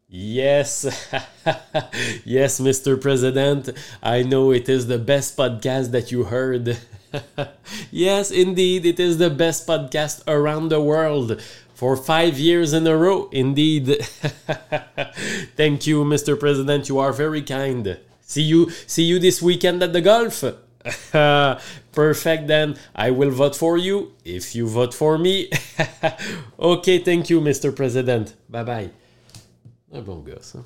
Yes, yes, Mr. President. I know it is the best podcast that you heard. Yes, indeed, it is the best podcast around the world for 5 years in a row. Indeed. Thank you, Mr. President. You are very kind. See you this weekend at the golf. Perfect then. I will vote for you if you vote for me. Okay, thank you, Mr. President. Bye bye. Un bon gars, ça.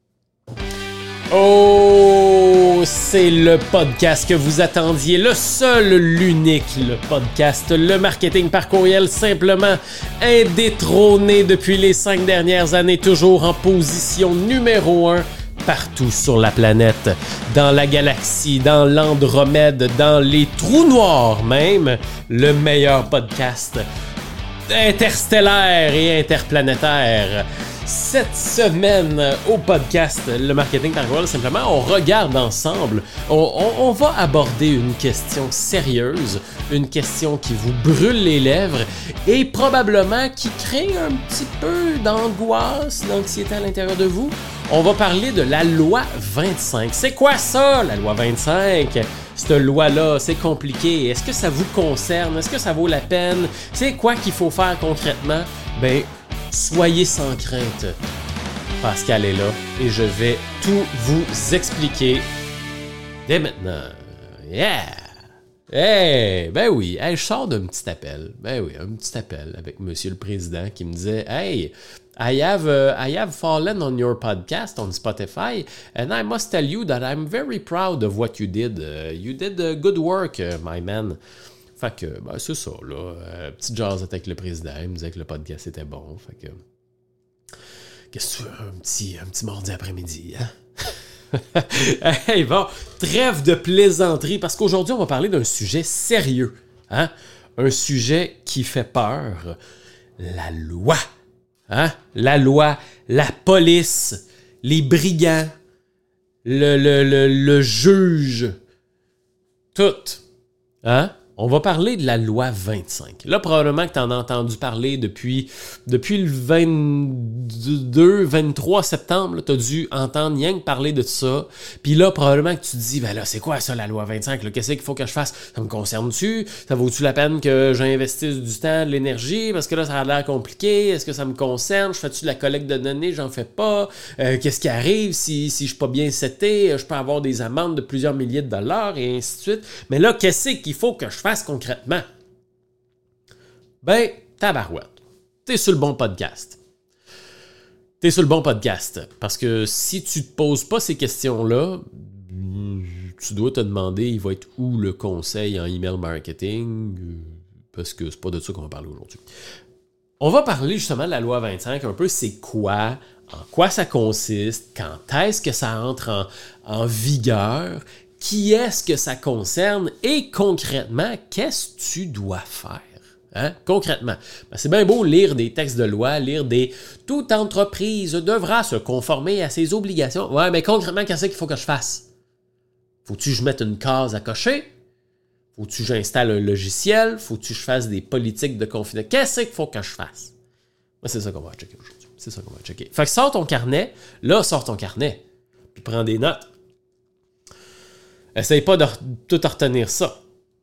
Oh, c'est le podcast que vous attendiez, le seul, l'unique, le podcast, le marketing par courriel, simplement indétrôné depuis les 5 dernières années, toujours en position numéro 1 partout sur la planète, dans la galaxie, dans l'Andromède, dans les trous noirs même, le meilleur podcast interstellaire et interplanétaire. Cette semaine, au podcast Le Marketing par Courriel, simplement, on regarde ensemble, on va aborder une question sérieuse, une question qui vous brûle les lèvres et probablement qui crée un petit peu d'angoisse, d'anxiété à l'intérieur de vous. On va parler de la loi 25. C'est quoi ça, la loi 25? Cette loi-là, c'est compliqué. Est-ce que ça vous concerne? Est-ce que ça vaut la peine? C'est quoi qu'il faut faire concrètement? Ben, soyez sans crainte. Pascal est là et je vais tout vous expliquer dès maintenant. Yeah! Hey! Ben oui, hey, je sors d'un petit appel. Ben oui, un petit appel avec Monsieur le Président qui me disait « Hey, I have fallen on your podcast on Spotify and I must tell you that I'm very proud of what you did. You did good work, my man. » Fait que, ben, c'est ça, là. Petite jasette avec le président. Il me disait que le podcast était bon. Fait que. Qu'est-ce que tu veux, un petit mardi après-midi, hein? Hey, bon, trêve de plaisanterie, parce qu'aujourd'hui, on va parler d'un sujet sérieux. Hein? Un sujet qui fait peur. La loi. Hein? La loi, la police, les brigands, le juge. Tout. Hein? On va parler de la loi 25. Là, probablement que tu en as entendu parler depuis le 23 septembre. Tu as dû entendre rien que parler de ça. Puis là, probablement que tu te dis, ben là, c'est quoi ça, la loi 25? Là? Qu'est-ce qu'il faut que je fasse? Ça me concerne-tu? Ça vaut-tu la peine que j'investisse du temps, de l'énergie? Parce que là, ça a l'air compliqué. Est-ce que ça me concerne? Je fais-tu de la collecte de données? J'en fais pas. Qu'est-ce qui arrive si je suis pas bien seté? Je peux avoir des amendes de plusieurs milliers de dollars et ainsi de suite. Mais là, qu'est-ce qu'il faut que je fasse concrètement? Ben, tabarouette. T'es sur le bon podcast. T'es sur le bon podcast. Parce que si tu te poses pas ces questions-là, tu dois te demander, il va être où le conseil en email marketing? Parce que c'est pas de ça qu'on va parler aujourd'hui. On va parler justement de la loi 25, un peu c'est quoi, en quoi ça consiste, quand est-ce que ça entre en vigueur, qui est-ce que ça concerne et concrètement, qu'est-ce que tu dois faire? Hein? Concrètement, ben, c'est bien beau lire des textes de loi, lire des « Toute entreprise devra se conformer à ses obligations ». Ouais, mais concrètement, qu'est-ce qu'il faut que je fasse? Faut-tu que je mette une case à cocher? Faut-tu que j'installe un logiciel? Faut-tu que je fasse des politiques de confidentialité? Qu'est-ce qu'il faut que je fasse? Ben, c'est ça qu'on va checker aujourd'hui. C'est ça qu'on va checker. Fait que sors ton carnet. Là, sors ton carnet. Puis prends des notes. Essaye pas de tout retenir ça.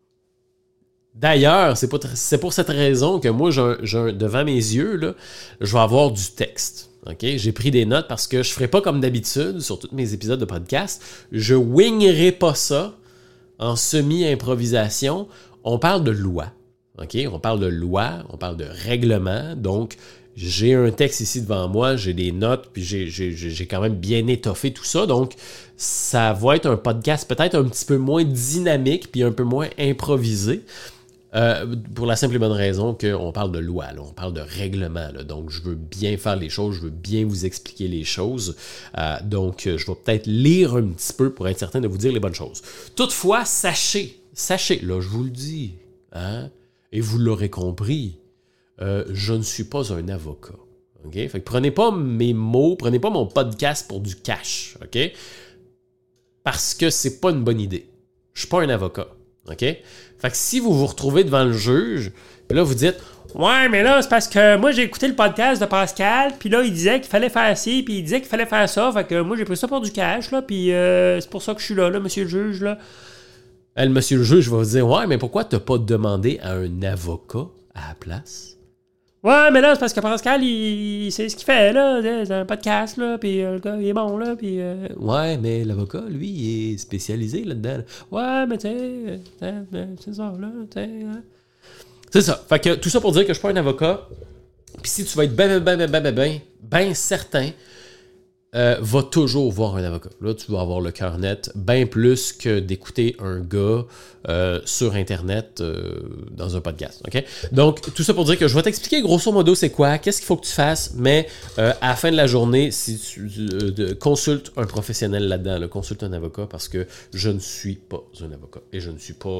D'ailleurs, c'est pour cette raison que moi, devant mes yeux, là, je vais avoir du texte. Okay? J'ai pris des notes parce que je ne ferai pas comme d'habitude sur tous mes épisodes de podcast. Je wingerai pas ça en semi-improvisation. On parle de loi. Okay? On parle de loi, on parle de règlement. Donc, j'ai un texte ici devant moi, j'ai des notes, puis j'ai quand même bien étoffé tout ça. Donc, ça va être un podcast peut-être un petit peu moins dynamique, puis un peu moins improvisé. Pour la simple et bonne raison qu'on parle de loi, là, on parle de règlement. Là, donc, je veux bien faire les choses, je veux bien vous expliquer les choses. Donc, je vais peut-être lire un petit peu pour être certain de vous dire les bonnes choses. Toutefois, sachez, là, je vous le dis, hein, et vous l'aurez compris, je ne suis pas un avocat. Okay? Fait que prenez pas mes mots, prenez pas mon podcast pour du cash. Okay? Parce que c'est pas une bonne idée. Je suis pas un avocat. OK? Fait que si vous vous retrouvez devant le juge, là, vous dites « Ouais, mais là, c'est parce que moi, j'ai écouté le podcast de Pascal, puis là, il disait qu'il fallait faire ci, puis il disait qu'il fallait faire ça. Fait que moi, j'ai pris ça pour du cash, là, puis c'est pour ça que je suis là, monsieur le juge, là. Le monsieur le juge va vous dire, ouais, mais pourquoi t'as pas demandé à un avocat à la place? Ouais, mais là, c'est parce que Pascal, il sait ce qu'il fait, là. C'est un podcast, là, puis le gars, il est bon, là, puis... Ouais, mais l'avocat, lui, il est spécialisé là-dedans. Ouais, mais tu sais, c'est ça, là, tu sais... Hein. C'est ça. Fait que tout ça pour dire que je suis pas un avocat. Puis si tu vas être ben certain, va toujours voir un avocat. Là, tu vas avoir le cœur net, bien plus que d'écouter un gars sur Internet dans un podcast. OK? Donc, tout ça pour dire que je vais t'expliquer grosso modo c'est quoi, qu'est-ce qu'il faut que tu fasses, mais à la fin de la journée, si tu consultes un professionnel là-dedans, là, consulte un avocat parce que je ne suis pas un avocat et je ne suis pas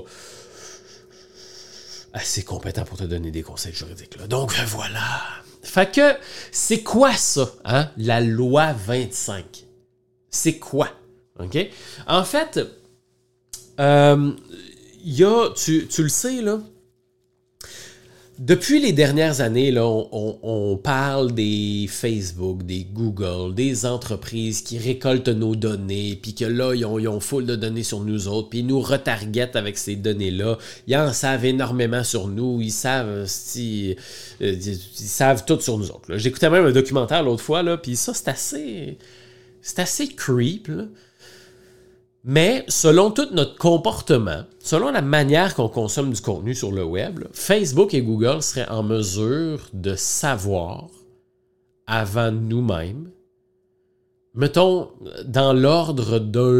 assez compétent pour te donner des conseils juridiques. Là. Donc, voilà. Fait que, c'est quoi ça, hein, la loi 25? C'est quoi? OK? En fait, il y a, tu le sais, là, depuis les dernières années, là, on parle des Facebook, des Google, des entreprises qui récoltent nos données, puis que là, ils ont full de données sur nous autres, puis ils nous retargetent avec ces données-là. Ils en savent énormément sur nous, ils savent ils savent tout sur nous autres. Là. J'écoutais même un documentaire l'autre fois, là, puis ça, c'est assez creep, là. Mais selon tout notre comportement, selon la manière qu'on consomme du contenu sur le web, là, Facebook et Google seraient en mesure de savoir avant nous-mêmes, mettons dans l'ordre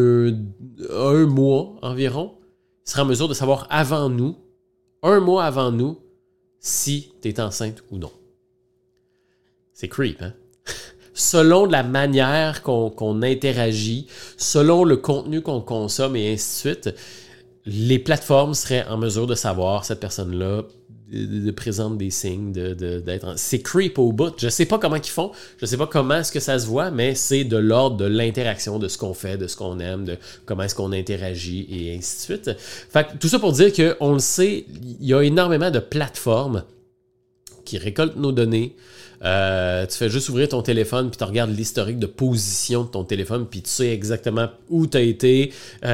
d'un mois environ, ils seraient en mesure de savoir avant nous, un mois avant nous, si tu es enceinte ou non. C'est creep, hein? Selon la manière qu'on interagit, selon le contenu qu'on consomme et ainsi de suite, les plateformes seraient en mesure de savoir cette personne-là présente des signes d'être... C'est creep au bout. Je sais pas comment ils font, je sais pas comment est-ce que ça se voit, mais c'est de l'ordre de l'interaction, de ce qu'on fait, de ce qu'on aime, de comment est-ce qu'on interagit et ainsi de suite. Fait que tout ça pour dire qu'on le sait, il y a énormément de plateformes qui récoltent nos données. Tu fais juste ouvrir ton téléphone puis tu regardes l'historique de position de ton téléphone puis tu sais exactement où tu as été,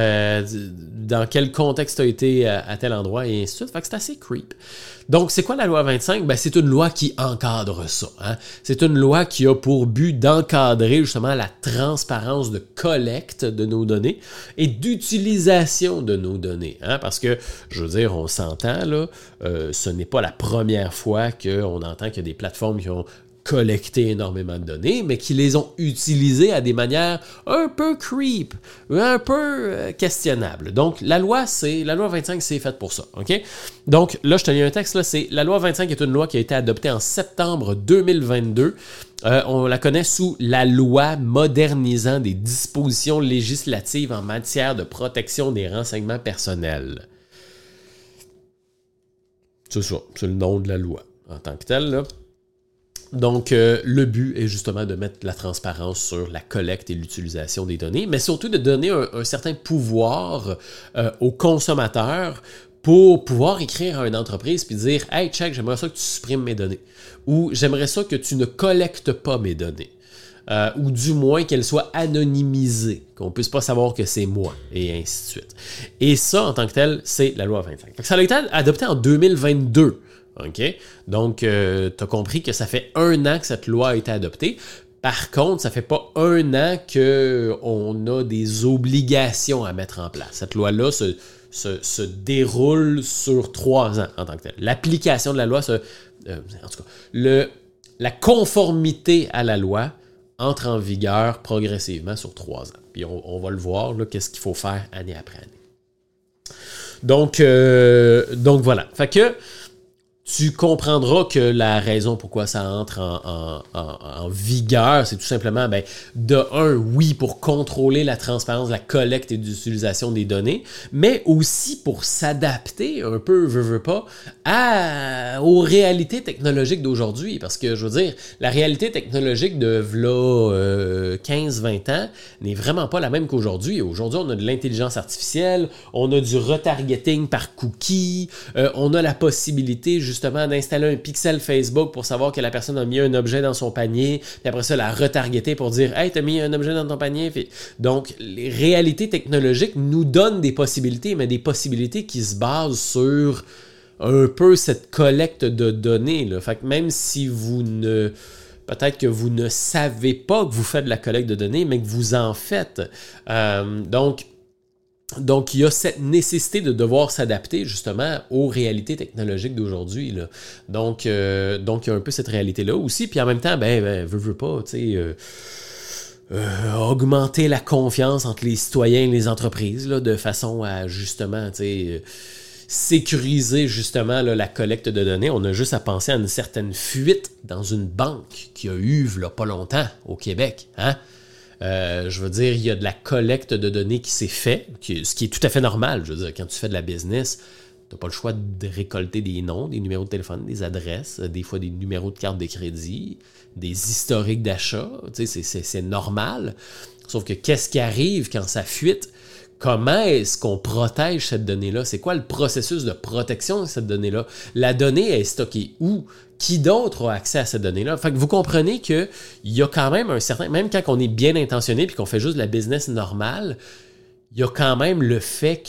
dans quel contexte tu as été à tel endroit et ainsi de suite. Fait que c'est assez creep. Donc, c'est quoi la loi 25? Ben, c'est une loi qui encadre ça. Hein? C'est une loi qui a pour but d'encadrer justement la transparence de collecte de nos données et d'utilisation de nos données. Hein? Parce que, je veux dire, on s'entend, là, ce n'est pas la première fois qu'on entend qu'il y a des plateformes qui ont collecté énormément de données, mais qui les ont utilisées à des manières un peu creep, un peu questionnables. Donc, la loi 25, c'est faite pour ça. OK? Donc, là, je te lis un texte, là, c'est la loi 25 est une loi qui a été adoptée en septembre 2022. On la connaît sous la loi modernisant des dispositions législatives en matière de protection des renseignements personnels. C'est ça, c'est le nom de la loi en tant que tel, là. Donc, le but est justement de mettre la transparence sur la collecte et l'utilisation des données, mais surtout de donner un certain pouvoir aux consommateurs pour pouvoir écrire à une entreprise puis dire « Hey, check, j'aimerais ça que tu supprimes mes données » ou « J'aimerais ça que tu ne collectes pas mes données » ou du moins qu'elles soient anonymisées, qu'on ne puisse pas savoir que c'est moi, et ainsi de suite. Et ça, en tant que tel, c'est la loi 25. Fait que ça a été adopté en 2022. OK? Donc, tu as compris que ça fait 1 an que cette loi a été adoptée. Par contre, ça fait pas 1 an qu'on a des obligations à mettre en place. Cette loi-là se déroule sur 3 ans en tant que telle. L'application de la loi, en tout cas, la conformité à la loi entre en vigueur progressivement sur 3 ans. Puis on va le voir, là, qu'est-ce qu'il faut faire année après année. Donc voilà. Fait que tu comprendras que la raison pourquoi ça entre en vigueur, c'est tout simplement, oui, pour contrôler la transparence de la collecte et de l'utilisation des données, mais aussi pour s'adapter un peu, veux pas, aux réalités technologiques d'aujourd'hui. Parce que, je veux dire, la réalité technologique de v'là 15-20 ans n'est vraiment pas la même qu'aujourd'hui. Aujourd'hui, on a de l'intelligence artificielle, on a du retargeting par cookies, on a la possibilité, justement, justement d'installer un pixel Facebook pour savoir que la personne a mis un objet dans son panier, puis après ça, la retargeter pour dire « Hey, t'as mis un objet dans ton panier. » Donc, les réalités technologiques nous donnent des possibilités, mais des possibilités qui se basent sur un peu cette collecte de données, là. Fait que même si peut-être que vous ne savez pas que vous faites de la collecte de données, mais que vous en faites. Donc, il y a cette nécessité de devoir s'adapter justement aux réalités technologiques d'aujourd'hui, là. Donc, il y a un peu cette réalité-là aussi. Puis en même temps, veux pas, tu sais, augmenter la confiance entre les citoyens et les entreprises, là, de façon à justement, tu sais, sécuriser justement là, la collecte de données. On a juste à penser à une certaine fuite dans une banque qu'il y a eu là, pas longtemps au Québec. Hein? Je veux dire, il y a de la collecte de données qui s'est fait, ce qui est tout à fait normal. Je veux dire, quand tu fais de la business, tu n'as pas le choix de récolter des noms, des numéros de téléphone, des adresses, des fois des numéros de carte de crédit, des historiques d'achat. Tu sais, c'est normal. Sauf que qu'est-ce qui arrive quand ça fuite? Comment est-ce qu'on protège cette donnée-là? C'est quoi le processus de protection de cette donnée-là? La donnée est stockée où? Qui d'autre a accès à cette donnée-là? Fait que vous comprenez qu'il y a quand même un certain... Même quand on est bien intentionné et qu'on fait juste de la business normale, il y a quand même le fait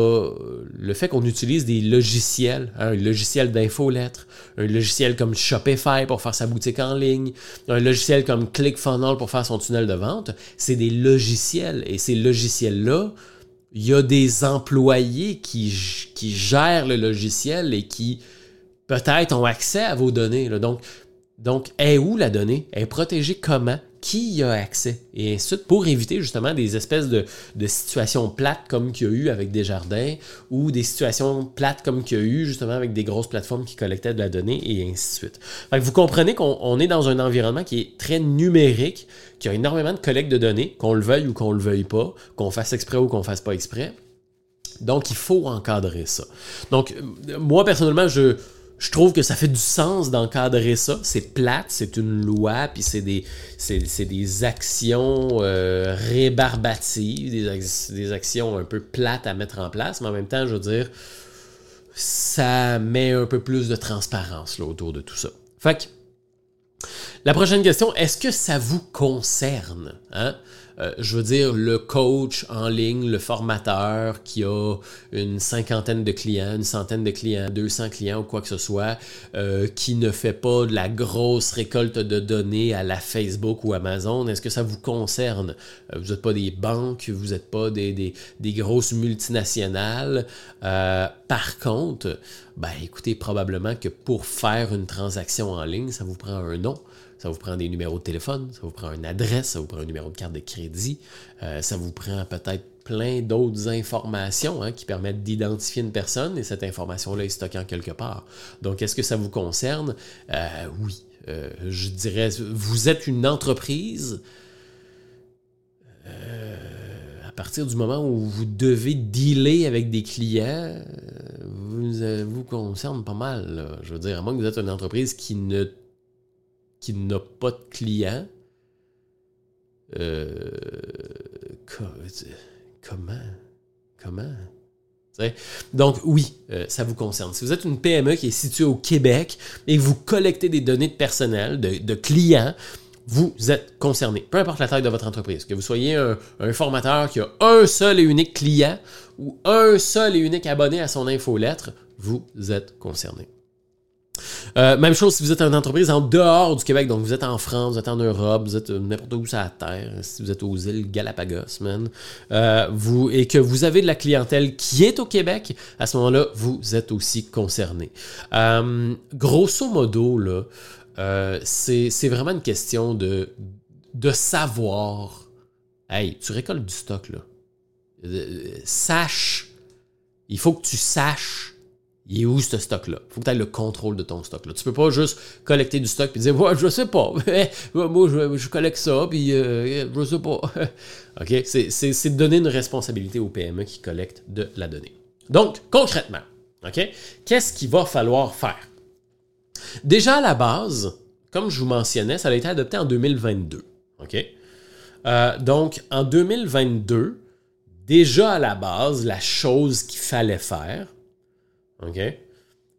qu'on utilise des logiciels, hein, un logiciel d'infolettre, un logiciel comme Shopify pour faire sa boutique en ligne, un logiciel comme ClickFunnels pour faire son tunnel de vente. C'est des logiciels et ces logiciels-là, il y a des employés qui gèrent le logiciel et qui peut-être ont accès à vos données, là. Donc, est où la donnée? Elle est protégée comment? Qui y a accès? Et ainsi de suite, pour éviter justement des espèces de situations plates comme qu'il y a eu avec Desjardins ou des situations plates comme qu'il y a eu justement avec des grosses plateformes qui collectaient de la donnée et ainsi de suite. Fait que vous comprenez qu'on est dans un environnement qui est très numérique, qui a énormément de collecte de données, qu'on le veuille ou qu'on le veuille pas, qu'on fasse exprès ou qu'on fasse pas exprès. Donc, il faut encadrer ça. Donc, moi, personnellement, je trouve que ça fait du sens d'encadrer ça. C'est plate, c'est une loi, puis c'est des actions rébarbatives, des actions un peu plates à mettre en place, mais en même temps, je veux dire, ça met un peu plus de transparence là, autour de tout ça. Fait que, la prochaine question, est-ce que ça vous concerne? Hein? Je veux dire, le coach en ligne, le formateur qui a une cinquantaine de clients, une centaine de clients, 200 clients ou quoi que ce soit, qui ne fait pas de la grosse récolte de données à la Facebook ou Amazon, est-ce que ça vous concerne? Vous n'êtes pas des banques, vous n'êtes pas des grosses multinationales. Par contre, écoutez, probablement que pour faire une transaction en ligne, ça vous prend un nom. Ça vous prend des numéros de téléphone, ça vous prend une adresse, ça vous prend un numéro de carte de crédit, ça vous prend peut-être plein d'autres informations qui permettent d'identifier une personne et cette information-là est stockée en quelque part. Donc, est-ce que ça vous concerne? Oui. Je dirais, vous êtes une entreprise. À partir du moment où vous devez dealer avec des clients, vous concerne pas mal, là. Je veux dire, à moins que vous êtes une entreprise qui n'a pas de clients, comment? T'sais? Donc oui, ça vous concerne. Si vous êtes une PME qui est située au Québec et que vous collectez des données de personnel, de clients, vous êtes concerné. Peu importe la taille de votre entreprise. Que vous soyez un formateur qui a un seul et unique client ou un seul et unique abonné à son infolettre, vous êtes concerné. Même chose si vous êtes une entreprise en dehors du Québec, donc vous êtes en France, vous êtes en Europe, vous êtes n'importe où sur la Terre, si vous êtes aux îles Galapagos, et que vous avez de la clientèle qui est au Québec, à ce moment-là, vous êtes aussi concerné. Grosso modo, là, c'est vraiment une question de savoir. Hey, tu récoltes du stock, là. Il faut que tu saches il est où ce stock-là. Il faut que tu aies le contrôle de ton stock-là. Tu peux pas juste collecter du stock et dire « Ouais, je sais pas. Moi, je collecte ça, puis je sais pas. » OK? C'est de donner une responsabilité aux PME qui collectent de la donnée. Donc, concrètement, OK? Qu'est-ce qu'il va falloir faire? Déjà, à la base, comme je vous mentionnais, ça a été adopté en 2022. OK? Donc, en 2022, déjà à la base, la chose qu'il fallait faire, OK?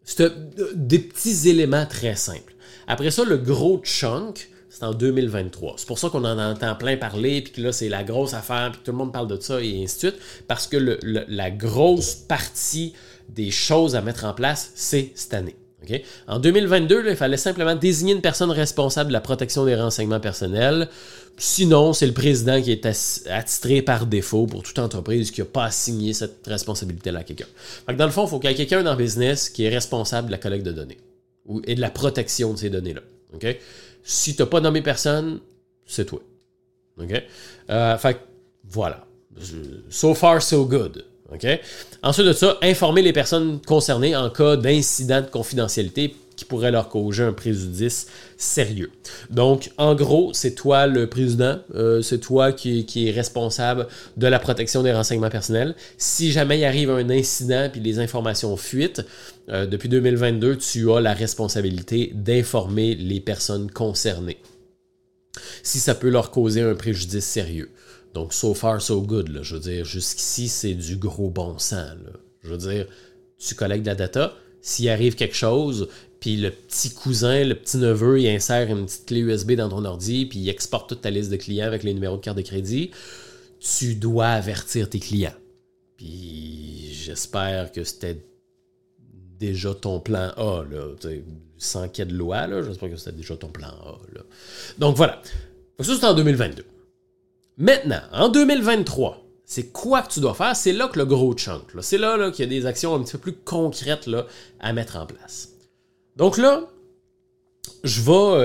des petits éléments très simples. Après ça, le gros chunk, c'est en 2023. C'est pour ça qu'on en entend plein parler, puis que là, c'est la grosse affaire, puis que tout le monde parle de ça, et ainsi de suite, parce que la grosse partie des choses à mettre en place, c'est cette année. Okay? En 2022, là, il fallait simplement désigner une personne responsable de la protection des renseignements personnels. Sinon, c'est le président qui est attitré par défaut pour toute entreprise qui n'a pas assigné cette responsabilité-là à quelqu'un. Fait que dans le fond, il faut qu'il y ait quelqu'un dans le business qui est responsable de la collecte de données et de la protection de ces données-là. Okay? Si tu n'as pas nommé personne, c'est toi. Okay? Fait que, voilà. So far, so good. Okay? Ensuite de ça, informer les personnes concernées en cas d'incident de confidentialité qui pourrait leur causer un préjudice sérieux. Donc, en gros, c'est toi le président, c'est toi qui est responsable de la protection des renseignements personnels. Si jamais il arrive un incident et les informations fuitent, depuis 2022, tu as la responsabilité d'informer les personnes concernées si ça peut leur causer un préjudice sérieux. Donc, so far, so good. Là. Je veux dire, jusqu'ici, c'est du gros bon sens. Là. Je veux dire, tu collectes de la data. S'il arrive quelque chose, puis le petit cousin, le petit neveu, il insère une petite clé USB dans ton ordi, puis il exporte toute ta liste de clients avec les numéros de carte de crédit, tu dois avertir tes clients. Puis, j'espère que c'était déjà ton plan A, là. Sans qu'il y ait de loi, là. J'espère que c'était déjà ton plan A, là. Donc, voilà. Donc, ça, c'est en 2022. Maintenant, en 2023, c'est quoi que tu dois faire? C'est là que le gros chunk, là. C'est là, qu'il y a des actions un petit peu plus concrètes là, à mettre en place. Donc là, je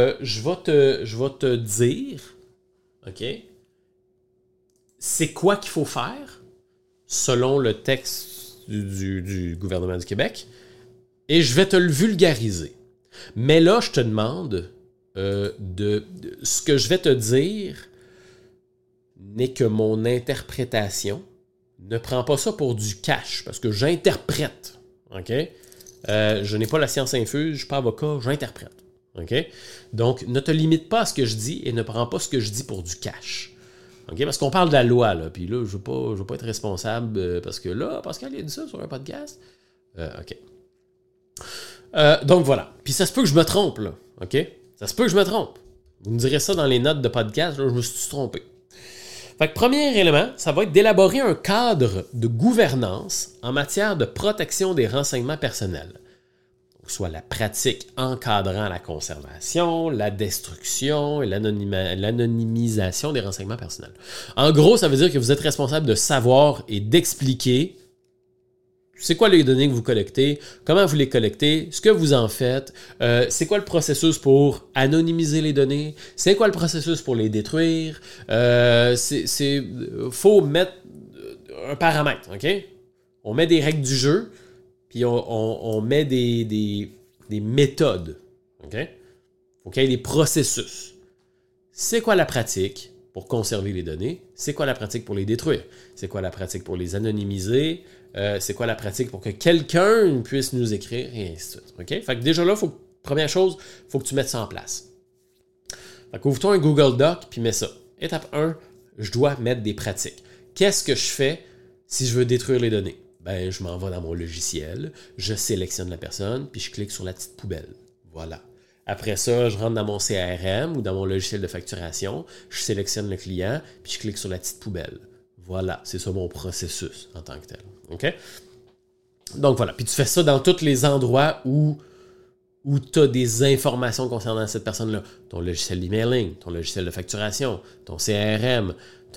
vais te dire, OK, c'est quoi qu'il faut faire selon le texte du gouvernement du Québec et je vais te le vulgariser. Mais là, je te demande ce que je vais te dire n'est que mon interprétation. Ne prends pas ça pour du cash, parce que j'interprète. OK? Je n'ai pas la science infuse, je ne suis pas avocat, j'interprète. OK? Donc, ne te limite pas à ce que je dis et ne prends pas ce que je dis pour du cash. OK? Parce qu'on parle de la loi, là. Puis là, je ne veux pas être responsable parce que là, Pascal, il a dit ça sur un podcast. OK. Donc, voilà. Puis ça se peut que je me trompe, là. OK? Ça se peut que je me trompe. Vous me direz ça dans les notes de podcast, là, je me suis trompé. Fait que premier élément, ça va être d'élaborer un cadre de gouvernance en matière de protection des renseignements personnels. Donc, soit la pratique encadrant la conservation, la destruction et l'anonymisation des renseignements personnels. En gros, ça veut dire que vous êtes responsable de savoir et d'expliquer c'est quoi les données que vous collectez, comment vous les collectez, ce que vous en faites, c'est quoi le processus pour anonymiser les données, c'est quoi le processus pour les détruire, faut mettre un paramètre, OK? On met des règles du jeu, puis on met des méthodes, OK? Faut qu'il y ait des processus. C'est quoi la pratique pour conserver les données? C'est quoi la pratique pour les détruire? C'est quoi la pratique pour les anonymiser? C'est quoi la pratique pour que quelqu'un puisse nous écrire et ainsi de suite. OK? Fait que déjà là, première chose, il faut que tu mettes ça en place. Fait qu'ouvre-toi un Google Doc puis mets ça. Étape 1, je dois mettre des pratiques. Qu'est-ce que je fais si je veux détruire les données? Ben, je m'en vais dans mon logiciel, je sélectionne la personne puis je clique sur la petite poubelle. Voilà. Après ça, je rentre dans mon CRM ou dans mon logiciel de facturation, je sélectionne le client puis je clique sur la petite poubelle. Voilà, c'est ça mon processus en tant que tel. OK? Donc voilà, puis tu fais ça dans tous les endroits où tu as des informations concernant cette personne-là. Ton logiciel d'emailing, ton logiciel de facturation, ton CRM,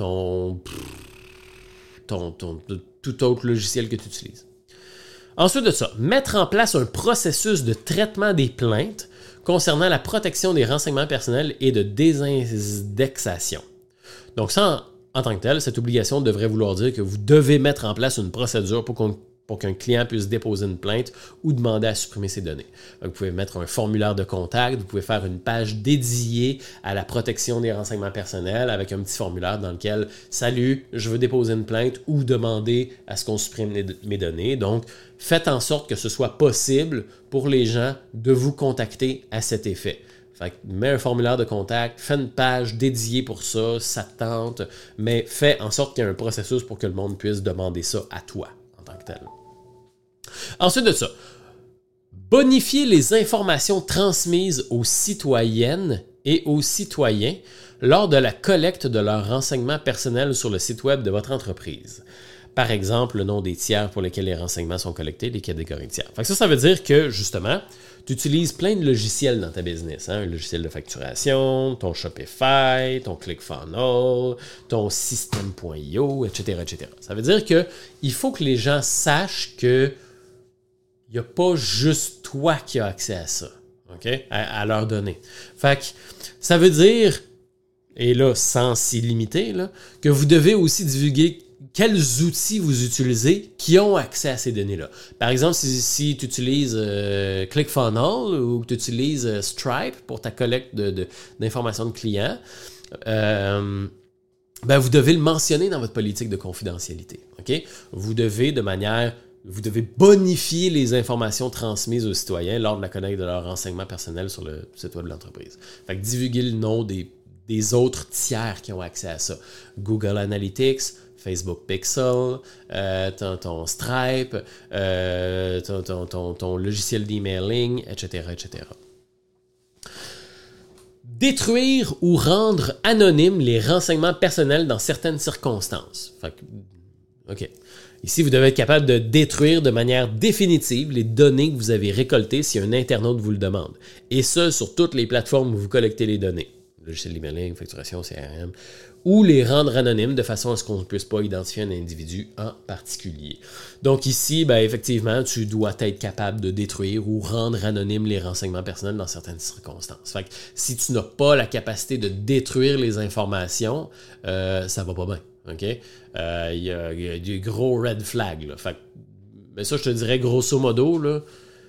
tout autre logiciel que tu utilises. Ensuite de ça, mettre en place un processus de traitement des plaintes concernant la protection des renseignements personnels et de désindexation. Donc ça, en tant que tel, cette obligation devrait vouloir dire que vous devez mettre en place une procédure pour qu'un client puisse déposer une plainte ou demander à supprimer ses données. Donc, vous pouvez mettre un formulaire de contact, vous pouvez faire une page dédiée à la protection des renseignements personnels avec un petit formulaire dans lequel « Salut, je veux déposer une plainte » ou demander à ce qu'on supprime mes données. Donc, faites en sorte que ce soit possible pour les gens de vous contacter à cet effet. Fait que mets un formulaire de contact, fais une page dédiée pour ça, ça te tente, mais fais en sorte qu'il y ait un processus pour que le monde puisse demander ça à toi en tant que tel. Ensuite de ça, Bonifier les informations transmises aux citoyennes et aux citoyens lors de la collecte de leurs renseignements personnels sur le site web de votre entreprise. Par exemple, le nom des tiers pour lesquels les renseignements sont collectés, les catégories de tiers. Fait que ça veut dire que, justement, tu utilises plein de logiciels dans ta business. Un logiciel de facturation, ton Shopify, ton ClickFunnels, ton System.io, etc., etc. Ça veut dire qu'il faut que les gens sachent que il n'y a pas juste toi qui as accès à ça, OK? À leurs données. Fait que ça veut dire, et là, sans s'y limiter, là, que vous devez aussi divulguer quels outils vous utilisez qui ont accès à ces données-là. Par exemple, si tu utilises ClickFunnels ou que tu utilises Stripe pour ta collecte d'informations de clients, vous devez le mentionner dans votre politique de confidentialité. OK? Vous devez bonifier les informations transmises aux citoyens lors de la collecte de leurs renseignements personnels sur le site web de l'entreprise. Fait que divulguer le nom des autres tiers qui ont accès à ça. Google Analytics, Facebook Pixel, ton Stripe, ton logiciel d'emailing, etc., etc. Détruire ou rendre anonymes les renseignements personnels dans certaines circonstances. Fait que, OK. Ici, vous devez être capable de détruire de manière définitive les données que vous avez récoltées si un internaute vous le demande. Et ça, sur toutes les plateformes où vous collectez les données. Logiciel d'emailing, facturation, CRM, ou les rendre anonymes de façon à ce qu'on ne puisse pas identifier un individu en particulier. Donc ici, effectivement, tu dois être capable de détruire ou rendre anonymes les renseignements personnels dans certaines circonstances. Fait que si tu n'as pas la capacité de détruire les informations, ça va pas bien. OK? Il y a des gros red flags. Là. Fait que, mais ça, je te dirais grosso modo, là.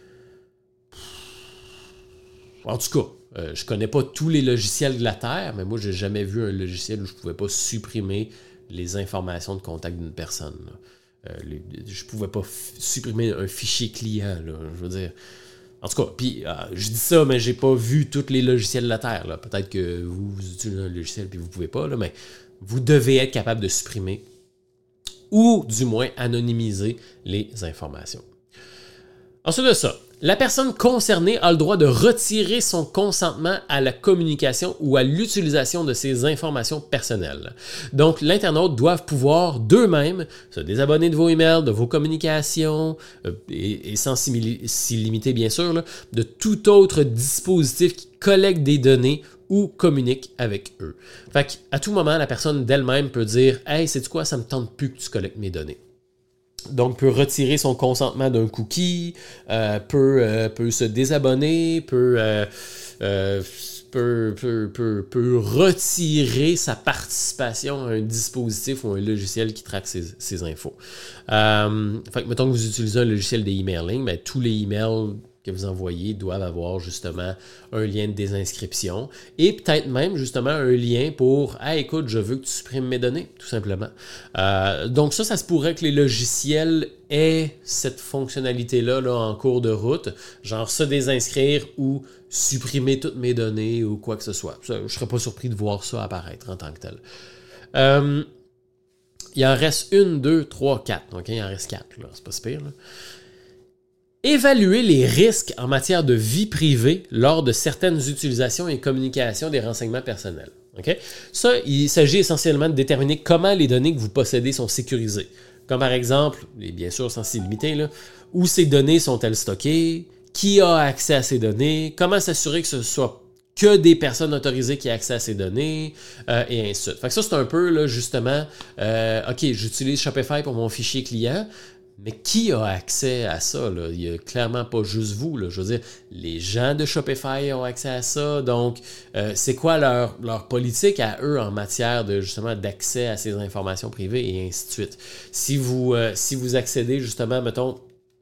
En tout cas, je connais pas tous les logiciels de la Terre, mais moi, j'ai jamais vu un logiciel où je pouvais pas supprimer les informations de contact d'une personne. Je pouvais pas supprimer un fichier client, là, je veux dire. En tout cas, puis je dis ça, mais j'ai pas vu tous les logiciels de la Terre. Là. Peut-être que vous utilisez un logiciel et vous pouvez pas, là, mais vous devez être capable de supprimer ou du moins anonymiser les informations. Ensuite de ça, la personne concernée a le droit de retirer son consentement à la communication ou à l'utilisation de ses informations personnelles. Donc, l'internaute doit pouvoir d'eux-mêmes se désabonner de vos emails, de vos communications, et sans s'y limiter bien sûr, là, de tout autre dispositif qui collecte des données ou communique avec eux. Fait qu'à tout moment, la personne d'elle-même peut dire « Hey, sais-tu quoi, ça me tente plus que tu collectes mes données. » Donc, peut retirer son consentement d'un cookie, peut se désabonner, peut retirer sa participation à un dispositif ou un logiciel qui traque ses infos. Fait que, mettons que vous utilisez un logiciel d'emailing, mais tous les emails que vous envoyez doivent avoir justement un lien de désinscription et peut-être même justement un lien pour « Ah, écoute, je veux que tu supprimes mes données », tout simplement. Donc ça se pourrait que les logiciels aient cette fonctionnalité-là là, en cours de route, genre se désinscrire ou supprimer toutes mes données ou quoi que ce soit. Ça, je ne serais pas surpris de voir ça apparaître en tant que tel. Il en reste 1, 2, 3, 4. Donc il en reste 4, là. C'est pas si pire, là. Évaluer les risques en matière de vie privée lors de certaines utilisations et communications des renseignements personnels. Okay? Ça, il s'agit essentiellement de déterminer comment les données que vous possédez sont sécurisées. Comme par exemple, et bien sûr sans s'y limiter, là, où ces données sont-elles stockées, qui a accès à ces données, comment s'assurer que ce soit que des personnes autorisées qui aient accès à ces données, et ainsi de suite. Fait que ça, c'est un peu, là, justement, OK, j'utilise Shopify pour mon fichier client, mais qui a accès à ça? Là? Il n'y a clairement pas juste vous. Là. Je veux dire, les gens de Shopify ont accès à ça. Donc, c'est quoi leur politique à eux en matière de justement d'accès à ces informations privées et ainsi de suite. Si vous accédez justement, mettons,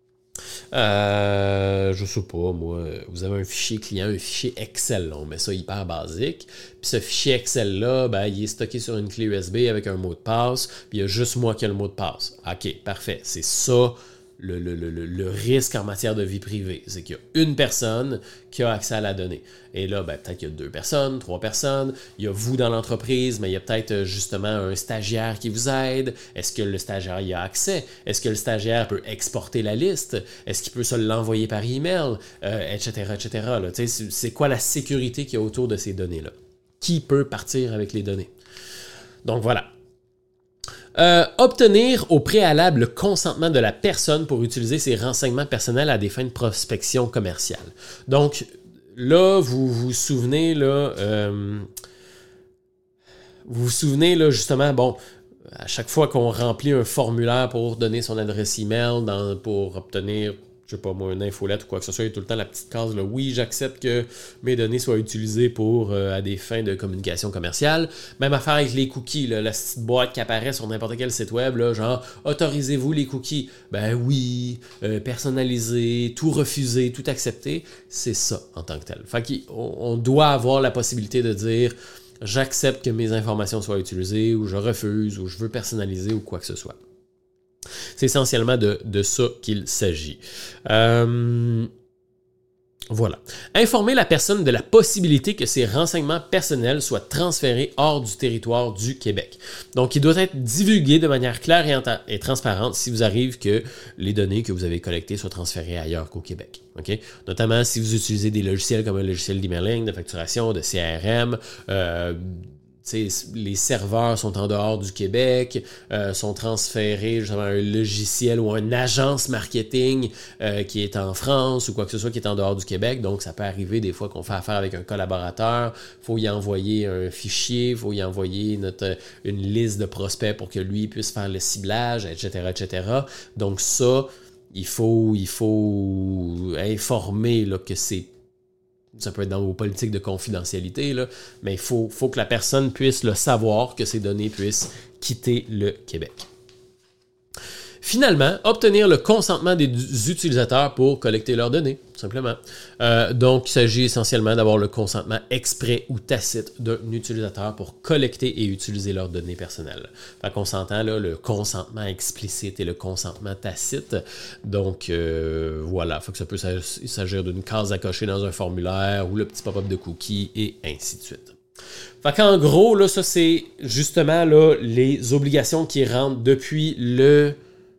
je sais pas, moi, vous avez un fichier client, un fichier Excel, on met ça hyper basique, puis ce fichier Excel-là, il est stocké sur une clé USB avec un mot de passe, puis il y a juste moi qui ai le mot de passe. OK, parfait, c'est ça le risque en matière de vie privée. C'est qu'il y a une personne qui a accès à la donnée. Et là, peut-être qu'il y a 2 personnes, 3 personnes, il y a vous dans l'entreprise, mais il y a peut-être justement un stagiaire qui vous aide. Est-ce que le stagiaire y a accès? Est-ce que le stagiaire peut exporter la liste? Est-ce qu'il peut se l'envoyer par email? Etc., etc. Là. C'est quoi la sécurité qu'il y a autour de ces données-là? Qui peut partir avec les données? Donc voilà. Obtenir au préalable le consentement de la personne pour utiliser ses renseignements personnels à des fins de prospection commerciale. Donc, là, vous souvenez, là, justement, bon, à chaque fois qu'on remplit un formulaire pour donner son adresse email, pour obtenir, je sais pas moi, une infolette ou quoi que ce soit, il y a tout le temps la petite case, là, oui, j'accepte que mes données soient utilisées à des fins de communication commerciale. Même affaire avec les cookies, là, la petite boîte qui apparaît sur n'importe quel site web, là, genre, autorisez-vous les cookies? Ben oui, personnaliser, tout refuser, tout accepter, c'est ça en tant que tel. Fait qu'on doit avoir la possibilité de dire, j'accepte que mes informations soient utilisées, ou je refuse, ou je veux personnaliser, ou quoi que ce soit. C'est essentiellement de ça qu'il s'agit. Voilà. Informer la personne de la possibilité que ses renseignements personnels soient transférés hors du territoire du Québec. Donc, il doit être divulgué de manière claire et transparente si vous arrive que les données que vous avez collectées soient transférées ailleurs qu'au Québec. Okay? Notamment si vous utilisez des logiciels comme un logiciel d'emailing, de facturation, de CRM, les serveurs sont en dehors du Québec, sont transférés justement à un logiciel ou une agence marketing qui est en France ou quoi que ce soit qui est en dehors du Québec. Donc, ça peut arriver des fois qu'on fait affaire avec un collaborateur, il faut y envoyer un fichier, il faut y envoyer une liste de prospects pour que lui puisse faire le ciblage, etc., etc. Donc ça, il faut informer là, que ça peut être dans vos politiques de confidentialité, là, mais il faut que la personne puisse le savoir, que ces données puissent quitter le Québec. Finalement, obtenir le consentement des utilisateurs pour collecter leurs données, tout simplement. Donc, il s'agit essentiellement d'avoir le consentement exprès ou tacite d'un utilisateur pour collecter et utiliser leurs données personnelles. Fait qu'on s'entend là, le consentement explicite et le consentement tacite. Donc, voilà, faut que ça peut s'agir d'une case à cocher dans un formulaire ou le petit pop-up de cookies et ainsi de suite. Fait qu'en gros, là, ça, c'est justement là, les obligations qui rentrent depuis le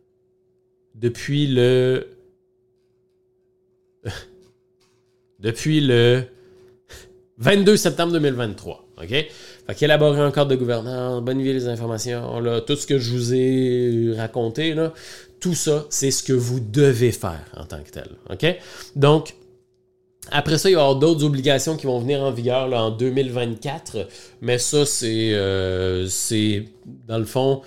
22 septembre 2023. OK? Fait qu'élaborer un cadre de gouvernance, bonifier les informations, là, tout ce que je vous ai raconté, là, tout ça, c'est ce que vous devez faire en tant que tel. OK? Donc, après ça, il va y avoir d'autres obligations qui vont venir en vigueur là, en 2024, mais ça, c'est dans le fond...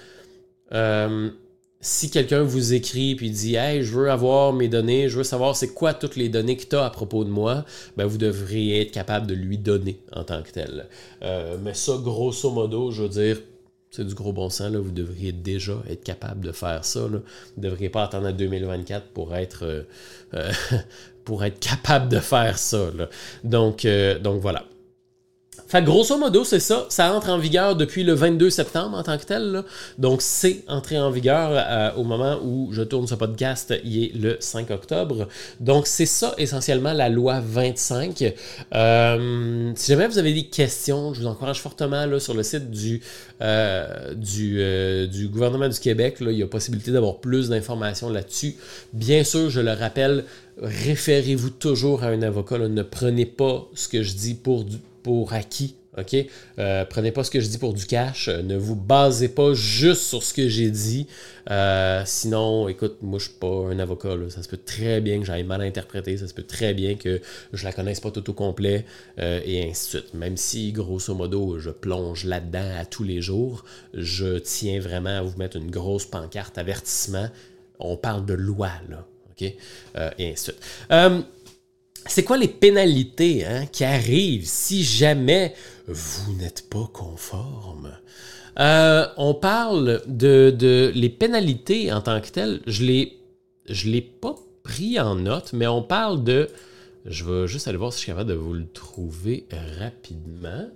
si quelqu'un vous écrit et dit « Hey, je veux avoir mes données, je veux savoir c'est quoi toutes les données que tu as à propos de moi », ben vous devriez être capable de lui donner en tant que tel. Mais ça, grosso modo, je veux dire, c'est du gros bon sens, là, vous devriez déjà être capable de faire ça. Là. Vous ne devriez pas attendre à 2024 pour être capable de faire ça. Là. Donc voilà. Fait que grosso modo, c'est ça. Ça entre en vigueur depuis le 22 septembre en tant que tel. Là. Donc, c'est entré en vigueur au moment où je tourne ce podcast, il est le 5 octobre. Donc, c'est ça essentiellement la loi 25. Si jamais vous avez des questions, je vous encourage fortement là, sur le site du gouvernement du Québec. Là, il y a possibilité d'avoir plus d'informations là-dessus. Bien sûr, je le rappelle, référez-vous toujours à un avocat. Là. Ne prenez pas ce que je dis pour acquis, OK? Prenez pas ce que je dis pour du cash. Ne vous basez pas juste sur ce que j'ai dit. Sinon, écoute, moi, je suis pas un avocat. Là. Ça se peut très bien que j'aille mal interpréter. Ça se peut très bien que je la connaisse pas tout au complet et ainsi de suite. Même si, grosso modo, je plonge là-dedans à tous les jours, je tiens vraiment à vous mettre une grosse pancarte avertissement. On parle de loi, là. OK? Et ainsi de suite. C'est quoi les pénalités qui arrivent si jamais vous n'êtes pas conforme? On parle de les pénalités en tant que telles. Je l'ai pas pris en note, mais on parle de... Je vais juste aller voir si je suis capable de vous le trouver rapidement.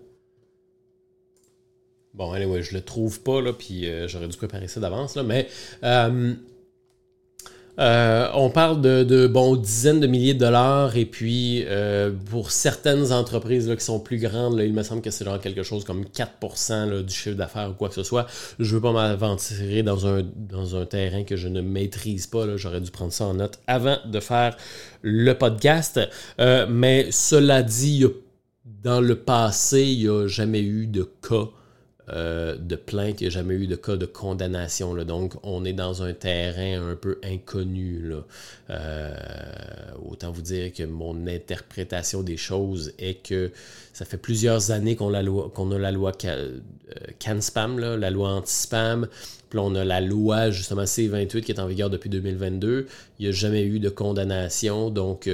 Bon, allez, ouais, je le trouve pas, là, puis j'aurais dû préparer ça d'avance, là, mais... On parle de dizaines de milliers de dollars et puis pour certaines entreprises là, qui sont plus grandes, là, il me semble que c'est genre quelque chose comme 4% là, du chiffre d'affaires ou quoi que ce soit. Je veux pas m'aventurer dans un terrain que je ne maîtrise pas. Là. J'aurais dû prendre ça en note avant de faire le podcast. Mais cela dit, dans le passé, il n'y a jamais eu de cas de plainte, il n'y a jamais eu de cas de condamnation. Là. Donc, on est dans un terrain un peu inconnu. Là. Autant vous dire que mon interprétation des choses est que ça fait plusieurs années qu'on a la loi CAN-SPAM, là, la loi anti-spam. Puis là, on a la loi, justement, C-28 qui est en vigueur depuis 2022. Il n'y a jamais eu de condamnation. Donc,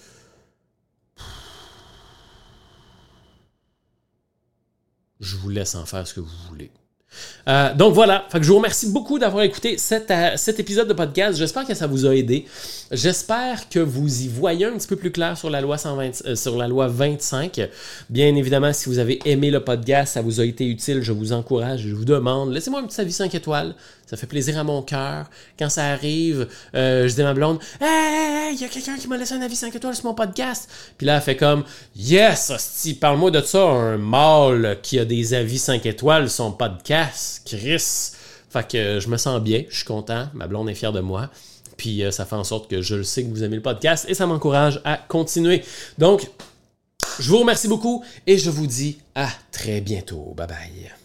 je vous laisse en faire ce que vous voulez. Donc voilà, fait que je vous remercie beaucoup d'avoir écouté cet épisode de podcast. J'espère que ça vous a aidé. J'espère que vous y voyez un petit peu plus clair sur la loi 25. Bien évidemment, si vous avez aimé le podcast, ça vous a été utile, je vous encourage, je vous demande, laissez-moi un petit avis 5 étoiles. Ça fait plaisir à mon cœur. Quand ça arrive, je dis à ma blonde, « Hey, il y a quelqu'un qui m'a laissé un avis 5 étoiles sur mon podcast. » Puis là, elle fait comme, « Yes, hostie, parle-moi de ça, un mâle qui a des avis 5 étoiles sur son podcast, Chris. » Fait que je me sens bien, je suis content, ma blonde est fière de moi. Puis ça fait en sorte que je le sais que vous aimez le podcast et ça m'encourage à continuer. Donc, je vous remercie beaucoup et je vous dis à très bientôt. Bye bye.